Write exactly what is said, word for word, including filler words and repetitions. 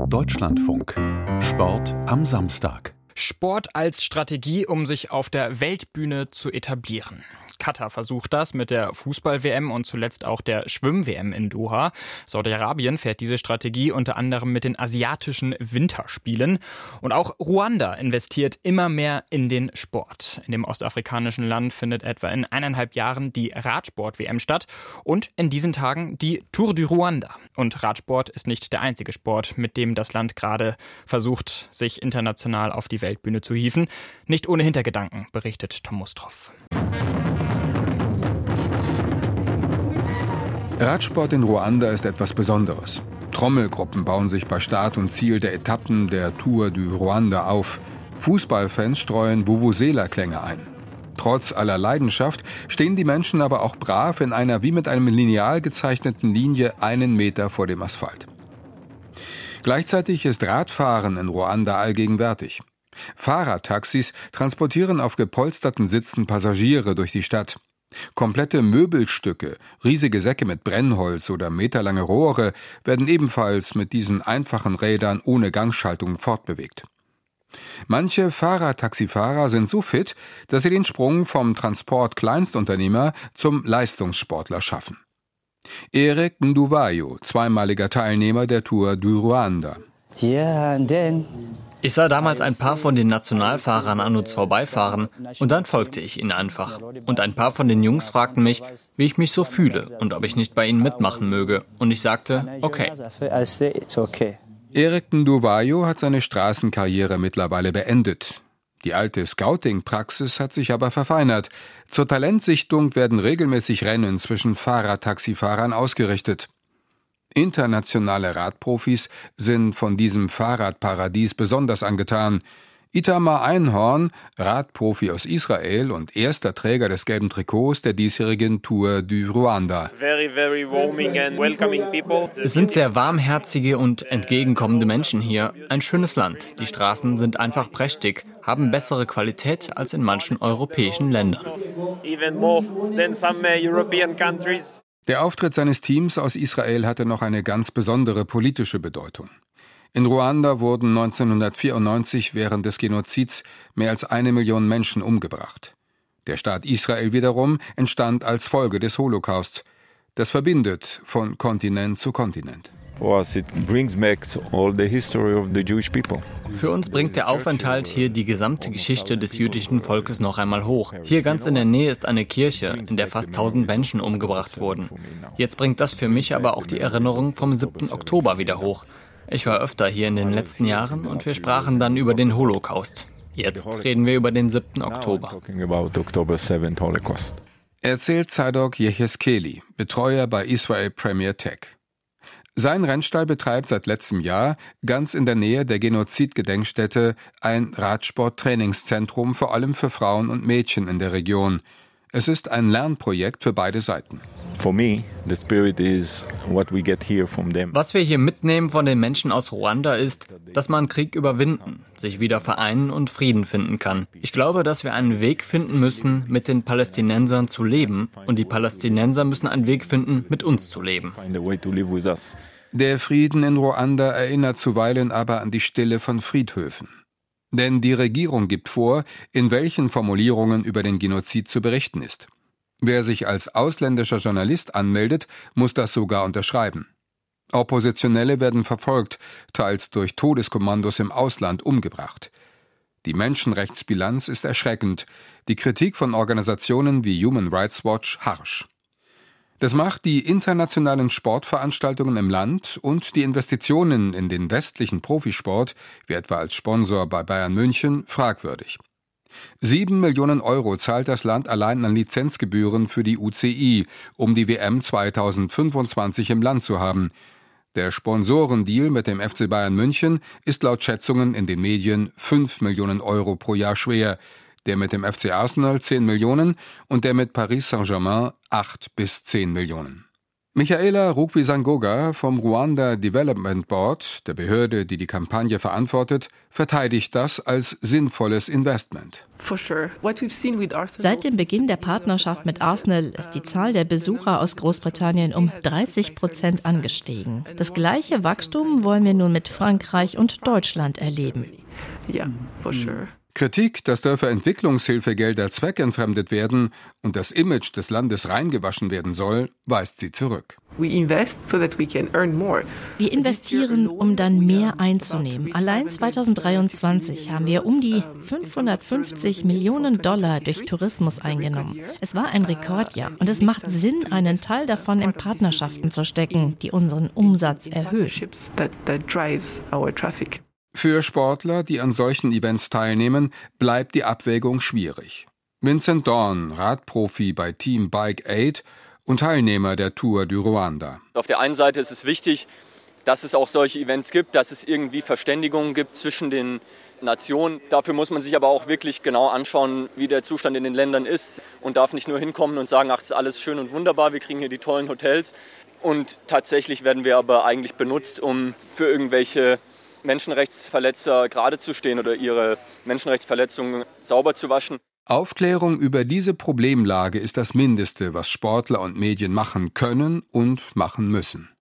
Deutschlandfunk. Sport am Samstag. Sport als Strategie, um sich auf der Weltbühne zu etablieren. Katar versucht das mit der Fußball-W M und zuletzt auch der Schwimm-W M in Doha. Saudi-Arabien fährt diese Strategie unter anderem mit den asiatischen Winterspielen. Und auch Ruanda investiert immer mehr in den Sport. In dem ostafrikanischen Land findet etwa in eineinhalb Jahren die Radsport-W M statt und in diesen Tagen die Tour du Rwanda. Und Radsport ist nicht der einzige Sport, mit dem das Land gerade versucht, sich international auf die Weltbühne zu hieven. Nicht ohne Hintergedanken, berichtet Tom Mustroff. Radsport in Ruanda ist etwas Besonderes. Trommelgruppen bauen sich bei Start und Ziel der Etappen der Tour du Rwanda auf. Fußballfans streuen Vuvuzela-Klänge ein. Trotz aller Leidenschaft stehen die Menschen aber auch brav in einer wie mit einem Lineal gezeichneten Linie einen Meter vor dem Asphalt. Gleichzeitig ist Radfahren in Ruanda allgegenwärtig. Fahrradtaxis transportieren auf gepolsterten Sitzen Passagiere durch die Stadt. Komplette Möbelstücke, riesige Säcke mit Brennholz oder meterlange Rohre werden ebenfalls mit diesen einfachen Rädern ohne Gangschaltung fortbewegt. Manche Fahrradtaxifahrer sind so fit, dass sie den Sprung vom Transport-Kleinstunternehmer zum Leistungssportler schaffen. Eric Nduwayo, zweimaliger Teilnehmer der Tour du Rwanda. Yeah, and then Ich sah damals ein paar von den Nationalfahrern an uns vorbeifahren und dann folgte ich ihnen einfach. Und ein paar von den Jungs fragten mich, wie ich mich so fühle und ob ich nicht bei ihnen mitmachen möge. Und ich sagte, okay. Eric Nduwayo hat seine Straßenkarriere mittlerweile beendet. Die alte Scouting-Praxis hat sich aber verfeinert. Zur Talentsichtung werden regelmäßig Rennen zwischen Fahrradtaxifahrern ausgerichtet. Internationale Radprofis sind von diesem Fahrradparadies besonders angetan. Itamar Einhorn, Radprofi aus Israel und erster Träger des gelben Trikots der diesjährigen Tour du Rwanda. Es sind sehr warmherzige und entgegenkommende Menschen hier. Ein schönes Land. Die Straßen sind einfach prächtig, haben bessere Qualität als in manchen europäischen Ländern. Der Auftritt seines Teams aus Israel hatte noch eine ganz besondere politische Bedeutung. In Ruanda wurden neunzehnhundertvierundneunzig während des Genozids mehr als eine Million Menschen umgebracht. Der Staat Israel wiederum entstand als Folge des Holocaust. Das verbindet von Kontinent zu Kontinent. Für uns bringt der Aufenthalt hier die gesamte Geschichte des jüdischen Volkes noch einmal hoch. Hier ganz in der Nähe ist eine Kirche, in der fast tausend Menschen umgebracht wurden. Jetzt bringt das für mich aber auch die Erinnerung vom siebten Oktober wieder hoch. Ich war öfter hier in den letzten Jahren und wir sprachen dann über den Holocaust. Jetzt reden wir über den siebten Oktober. Erzählt Zadok Yehezkeli, Betreuer bei Israel Premier Tech. Sein Rennstall betreibt seit letztem Jahr ganz in der Nähe der Genozid-Gedenkstätte ein Radsport-Trainingszentrum, vor allem für Frauen und Mädchen in der Region. Es ist ein Lernprojekt für beide Seiten. Was wir hier mitnehmen von den Menschen aus Ruanda ist, dass man Krieg überwinden, sich wieder vereinen und Frieden finden kann. Ich glaube, dass wir einen Weg finden müssen, mit den Palästinensern zu leben, und die Palästinenser müssen einen Weg finden, mit uns zu leben. Der Frieden in Ruanda erinnert zuweilen aber an die Stille von Friedhöfen. Denn die Regierung gibt vor, in welchen Formulierungen über den Genozid zu berichten ist. Wer sich als ausländischer Journalist anmeldet, muss das sogar unterschreiben. Oppositionelle werden verfolgt, teils durch Todeskommandos im Ausland umgebracht. Die Menschenrechtsbilanz ist erschreckend, die Kritik von Organisationen wie Human Rights Watch harsch. Das macht die internationalen Sportveranstaltungen im Land und die Investitionen in den westlichen Profisport, wie etwa als Sponsor bei Bayern München, fragwürdig. Sieben Millionen Euro zahlt das Land allein an Lizenzgebühren für die U C I, um die W M zweitausendfünfundzwanzig im Land zu haben. Der Sponsorendeal mit dem F C Bayern München ist laut Schätzungen in den Medien fünf Millionen Euro pro Jahr schwer, der mit dem F C Arsenal zehn Millionen und der mit Paris Saint-Germain acht bis zehn Millionen. Michaela Rukwisangoga vom Rwanda Development Board, der Behörde, die die Kampagne verantwortet, verteidigt das als sinnvolles Investment. Seit dem Beginn der Partnerschaft mit Arsenal ist die Zahl der Besucher aus Großbritannien um dreißig Prozent angestiegen. Das gleiche Wachstum wollen wir nun mit Frankreich und Deutschland erleben. Ja, for sure. Kritik, dass dafür Entwicklungshilfegelder zweckentfremdet werden und das Image des Landes reingewaschen werden soll, weist sie zurück. Wir investieren, um dann mehr einzunehmen. Allein zweitausenddreiundzwanzig haben wir um die fünfhundertfünfzig Millionen Dollar durch Tourismus eingenommen. Es war ein Rekordjahr und es macht Sinn, einen Teil davon in Partnerschaften zu stecken, die unseren Umsatz erhöhen. Für Sportler, die an solchen Events teilnehmen, bleibt die Abwägung schwierig. Vincent Dorn, Radprofi bei Team Bike Aid und Teilnehmer der Tour du Rwanda. Auf der einen Seite ist es wichtig, dass es auch solche Events gibt, dass es irgendwie Verständigungen gibt zwischen den Nationen. Dafür muss man sich aber auch wirklich genau anschauen, wie der Zustand in den Ländern ist und darf nicht nur hinkommen und sagen, ach, das ist alles schön und wunderbar, wir kriegen hier die tollen Hotels. Und tatsächlich werden wir aber eigentlich benutzt, um für irgendwelche Menschenrechtsverletzer gerade zu stehen oder ihre Menschenrechtsverletzungen sauber zu waschen. Aufklärung über diese Problemlage ist das Mindeste, was Sportler und Medien machen können und machen müssen.